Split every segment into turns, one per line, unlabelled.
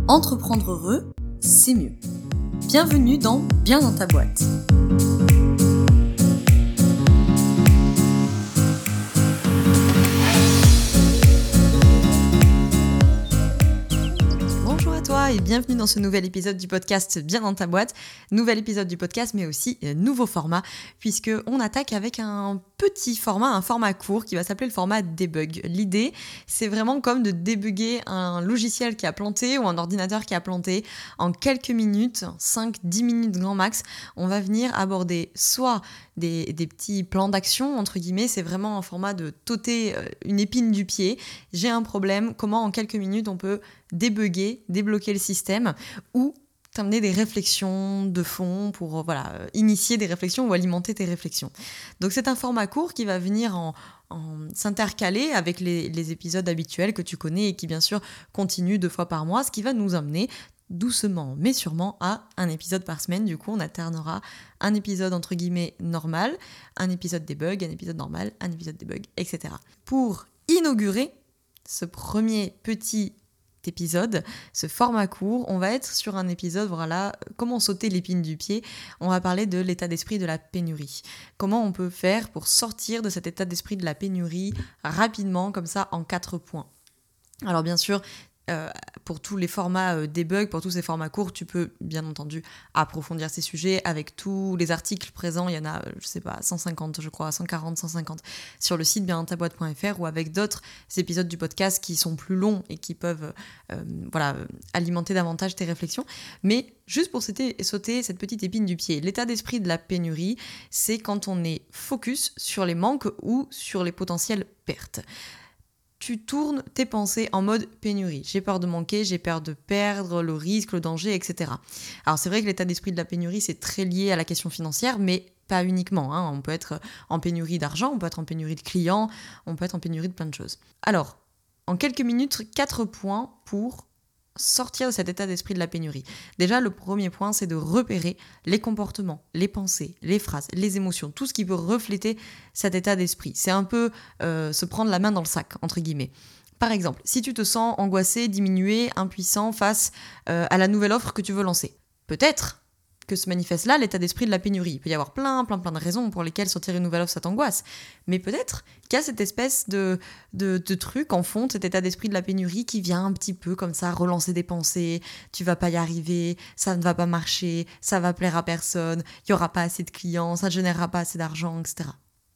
Entreprendre heureux, c'est mieux. Bienvenue dans Bien dans ta boîte. Bonjour à toi et bienvenue dans ce nouvel épisode du podcast Bien dans ta boîte. Nouvel épisode du podcast mais aussi nouveau format puisque on attaque avec un petit format, un format court qui va s'appeler le format debug. L'idée, c'est vraiment comme de débugger un logiciel qui a planté ou un ordinateur qui a planté en quelques minutes, 5-10 minutes grand max. On va venir aborder soit des petits plans d'action, entre guillemets, c'est vraiment un format de t'ôter une épine du pied. J'ai un problème, comment en quelques minutes on peut débugger, débloquer le système ou t'amener des réflexions de fond pour initier des réflexions ou alimenter tes réflexions. Donc c'est un format court qui va venir en s'intercaler avec les épisodes habituels que tu connais et qui bien sûr continuent 2 fois par mois, ce qui va nous amener doucement mais sûrement à un épisode par semaine. Du coup on alternera un épisode entre guillemets normal, un épisode debug, un épisode normal, un épisode debug, etc. Pour inaugurer ce premier petit épisode, ce format court, on va être sur un épisode, comment sauter l'épine du pied. On va parler de l'état d'esprit de la pénurie. Comment on peut faire pour sortir de cet état d'esprit de la pénurie rapidement, comme ça, en 4 points. Alors bien sûr, pour tous les formats debug, pour tous ces formats courts, tu peux bien entendu approfondir ces sujets avec tous les articles présents. Il y en a, 150, je crois, 140, 150 sur le site biendantaboîte.fr ou avec d'autres épisodes du podcast qui sont plus longs et qui peuvent alimenter davantage tes réflexions. Mais juste pour sauter cette petite épine du pied, l'état d'esprit de la pénurie, c'est quand on est focus sur les manques ou sur les potentielles pertes. Tu tournes tes pensées en mode pénurie. J'ai peur de manquer, j'ai peur de perdre, le risque, le danger, etc. Alors c'est vrai que l'état d'esprit de la pénurie, c'est très lié à la question financière, mais pas uniquement. On peut être en pénurie d'argent, on peut être en pénurie de clients, on peut être en pénurie de plein de choses. Alors, en quelques minutes, 4 points pour sortir de cet état d'esprit de la pénurie. Déjà, le premier point, c'est de repérer les comportements, les pensées, les phrases, les émotions, tout ce qui peut refléter cet état d'esprit. C'est un peu se prendre la main dans le sac, entre guillemets. Par exemple, si tu te sens angoissé, diminué, impuissant face à la nouvelle offre que tu veux lancer, peut-être que se manifeste là l'état d'esprit de la pénurie. Il peut y avoir plein de raisons pour lesquelles sortir une nouvelle offre, ça t'angoisse. Mais peut-être qu'il y a cette espèce de truc en fond, cet état d'esprit de la pénurie qui vient un petit peu comme ça relancer des pensées. Tu vas pas y arriver, ça ne va pas marcher, ça va plaire à personne, il y aura pas assez de clients, ça ne générera pas assez d'argent, etc.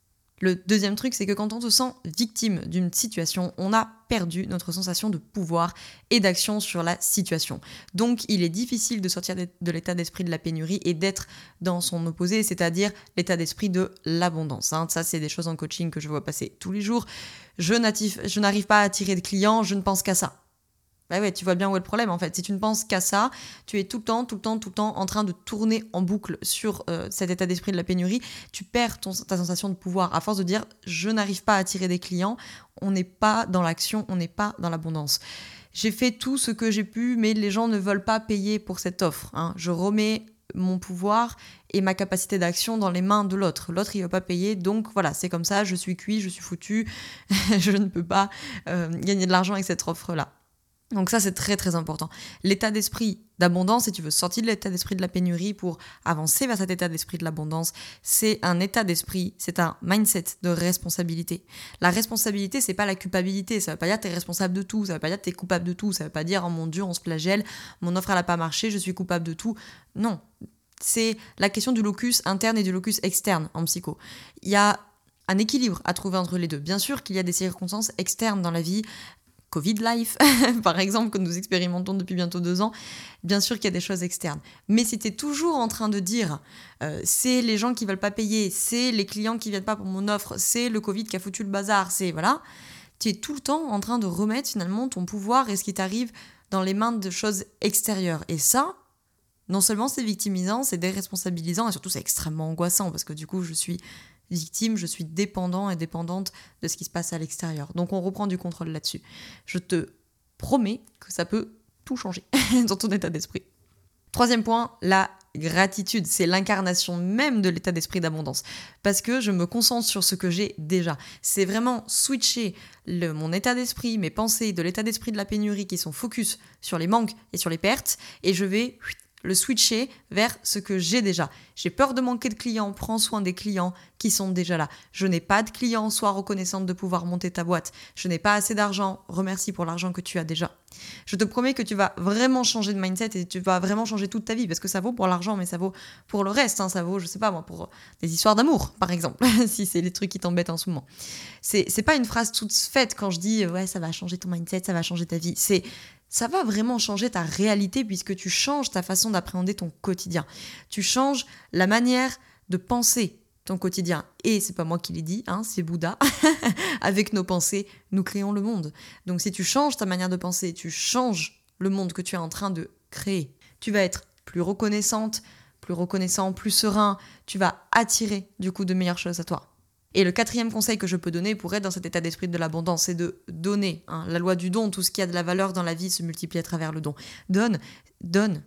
Le deuxième truc, c'est que quand on se sent victime d'une situation, on a perdu notre sensation de pouvoir et d'action sur la situation. Donc, il est difficile de sortir de l'état d'esprit de la pénurie et d'être dans son opposé, c'est-à-dire l'état d'esprit de l'abondance. Ça, c'est des choses en coaching que je vois passer tous les jours. Je n'arrive pas à attirer de clients, je ne pense qu'à ça. Bah ouais, tu vois bien où est le problème en fait. Si tu ne penses qu'à ça, tu es tout le temps en train de tourner en boucle sur cet état d'esprit de la pénurie. Tu perds ta sensation de pouvoir à force de dire « je n'arrive pas à attirer des clients », on n'est pas dans l'action, on n'est pas dans l'abondance. J'ai fait tout ce que j'ai pu, mais les gens ne veulent pas payer pour cette offre. Je remets mon pouvoir et ma capacité d'action dans les mains de l'autre. L'autre, il ne veut pas payer, donc voilà, c'est comme ça, je suis cuit, je suis foutu, je ne peux pas gagner de l'argent avec cette offre-là. Donc ça, c'est très très important. L'état d'esprit d'abondance, si tu veux sortir de l'état d'esprit de la pénurie pour avancer vers cet état d'esprit de l'abondance, c'est un état d'esprit, c'est un mindset de responsabilité. La responsabilité, c'est pas la culpabilité, ça veut pas dire que t'es responsable de tout, ça veut pas dire que t'es coupable de tout, ça veut pas dire « oh mon Dieu, on se flagelle, mon offre elle a pas marché, je suis coupable de tout ». Non, c'est la question du locus interne et du locus externe en psycho. Il y a un équilibre à trouver entre les deux. Bien sûr qu'il y a des circonstances externes dans la vie, Covid life, par exemple, que nous expérimentons depuis bientôt 2 ans, bien sûr qu'il y a des choses externes. Mais si tu es toujours en train de dire c'est les gens qui veulent pas payer, c'est les clients qui viennent pas pour mon offre, c'est le Covid qui a foutu le bazar, tu es tout le temps en train de remettre finalement ton pouvoir et ce qui t'arrive dans les mains de choses extérieures. Et ça, non seulement c'est victimisant, c'est déresponsabilisant et surtout c'est extrêmement angoissant parce que du coup je suis victime, je suis dépendant et dépendante de ce qui se passe à l'extérieur. Donc on reprend du contrôle là-dessus. Je te promets que ça peut tout changer dans ton état d'esprit. Troisième point, la gratitude. C'est l'incarnation même de l'état d'esprit d'abondance. Parce que je me concentre sur ce que j'ai déjà. C'est vraiment switcher mon état d'esprit, mes pensées, de l'état d'esprit de la pénurie qui sont focus sur les manques et sur les pertes. Et je vais le switcher vers ce que j'ai déjà. J'ai peur de manquer de clients, prends soin des clients qui sont déjà là. Je n'ai pas de clients, sois reconnaissante de pouvoir monter ta boîte. Je n'ai pas assez d'argent, remercie pour l'argent que tu as déjà. Je te promets que tu vas vraiment changer de mindset et tu vas vraiment changer toute ta vie parce que ça vaut pour l'argent, mais ça vaut pour le reste. Ça vaut, je sais pas moi, pour des histoires d'amour, par exemple, si c'est les trucs qui t'embêtent en ce moment. C'est pas une phrase toute faite quand je dis ouais, ça va changer ton mindset, ça va changer ta vie. Ça va vraiment changer ta réalité puisque tu changes ta façon d'appréhender ton quotidien. Tu changes la manière de penser ton quotidien. Et c'est pas moi qui l'ai dit, c'est Bouddha. Avec nos pensées, nous créons le monde. Donc si tu changes ta manière de penser, tu changes le monde que tu es en train de créer. Tu vas être plus reconnaissante, plus reconnaissant, plus serein. Tu vas attirer du coup de meilleures choses à toi. Et le 4e conseil que je peux donner pour être dans cet état d'esprit de l'abondance, c'est de donner. La loi du don, tout ce qui a de la valeur dans la vie se multiplie à travers le don. Donne.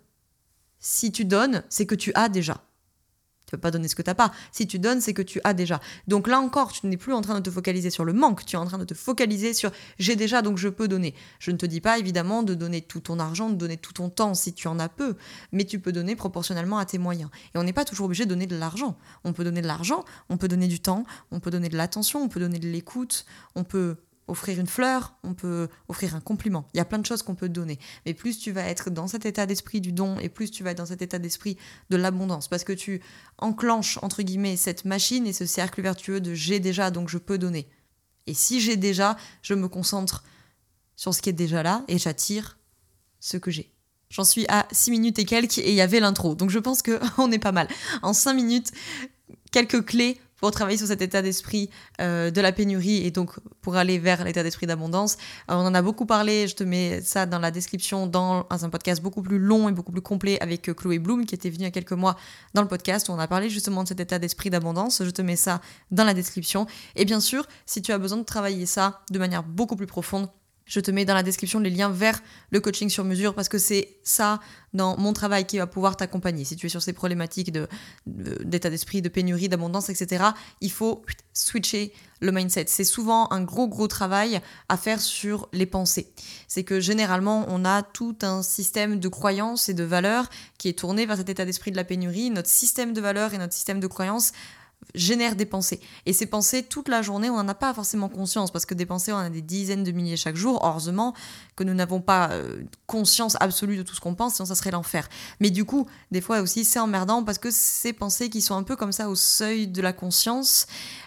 Si tu donnes, c'est que tu as déjà. Tu ne peux pas donner ce que tu n'as pas. Si tu donnes, c'est que tu as déjà. Donc là encore, tu n'es plus en train de te focaliser sur le manque, tu es en train de te focaliser sur « j'ai déjà, donc je peux donner ». Je ne te dis pas évidemment de donner tout ton argent, de donner tout ton temps si tu en as peu, mais tu peux donner proportionnellement à tes moyens. Et on n'est pas toujours obligé de donner de l'argent. On peut donner de l'argent, on peut donner du temps, on peut donner de l'attention, on peut donner de l'écoute, on peut offrir une fleur, on peut offrir un compliment. Il y a plein de choses qu'on peut donner. Mais plus tu vas être dans cet état d'esprit du don et plus tu vas être dans cet état d'esprit de l'abondance. Parce que tu enclenches, entre guillemets, cette machine et ce cercle vertueux de « j'ai déjà, donc je peux donner ». Et si j'ai déjà, je me concentre sur ce qui est déjà là et j'attire ce que j'ai. J'en suis à 6 minutes et quelques et il y avait l'intro. Donc je pense qu'on est pas mal. En 5 minutes, quelques clés pour travailler sur cet état d'esprit de la pénurie et donc pour aller vers l'état d'esprit d'abondance. On en a beaucoup parlé, je te mets ça dans la description dans un podcast beaucoup plus long et beaucoup plus complet avec Chloé Bloom qui était venue il y a quelques mois dans le podcast où on a parlé justement de cet état d'esprit d'abondance. Je te mets ça dans la description. Et bien sûr, si tu as besoin de travailler ça de manière beaucoup plus profonde, je te mets dans la description les liens vers le coaching sur mesure parce que c'est ça, dans mon travail, qui va pouvoir t'accompagner. Si tu es sur ces problématiques d'état d'esprit, de pénurie, d'abondance, etc., il faut switcher le mindset. C'est souvent un gros travail à faire sur les pensées. C'est que généralement, on a tout un système de croyances et de valeurs qui est tourné vers cet état d'esprit de la pénurie. Notre système de valeurs et notre système de croyances génère des pensées. Et ces pensées, toute la journée, on n'en a pas forcément conscience parce que des pensées, on en a des dizaines de milliers chaque jour. Heureusement que nous n'avons pas conscience absolue de tout ce qu'on pense, sinon ça serait l'enfer. Mais du coup, des fois aussi, c'est emmerdant parce que ces pensées qui sont un peu comme ça au seuil de la conscience,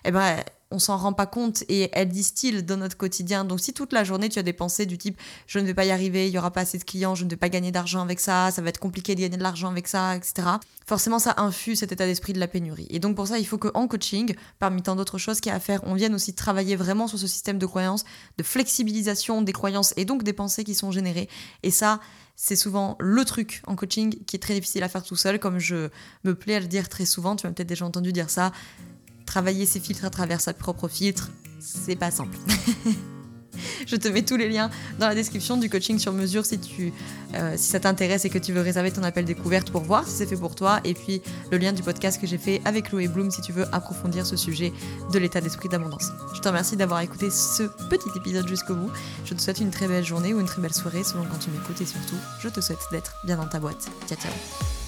on s'en rend pas compte et elles distillent dans notre quotidien. Donc si toute la journée tu as des pensées du type « je ne vais pas y arriver, il y aura pas assez de clients, je ne vais pas gagner d'argent avec ça, ça va être compliqué de gagner de l'argent avec ça, etc. » Forcément ça infuse cet état d'esprit de la pénurie. Et donc pour ça il faut qu'en coaching, parmi tant d'autres choses qu'il y a à faire, on vienne aussi travailler vraiment sur ce système de croyances, de flexibilisation des croyances et donc des pensées qui sont générées. Et ça, c'est souvent le truc en coaching qui est très difficile à faire tout seul, comme je me plais à le dire très souvent, tu m'as peut-être déjà entendu dire ça. Travailler ses filtres à travers sa propre filtre, c'est pas simple. Je te mets tous les liens dans la description du coaching sur mesure si ça t'intéresse et que tu veux réserver ton appel découverte pour voir si c'est fait pour toi. Et puis le lien du podcast que j'ai fait avec Chloé Bloom si tu veux approfondir ce sujet de l'état d'esprit d'abondance. Je te remercie d'avoir écouté ce petit épisode jusqu'au bout. Je te souhaite une très belle journée ou une très belle soirée selon quand tu m'écoutes et surtout, je te souhaite d'être bien dans ta boîte. Ciao, ciao.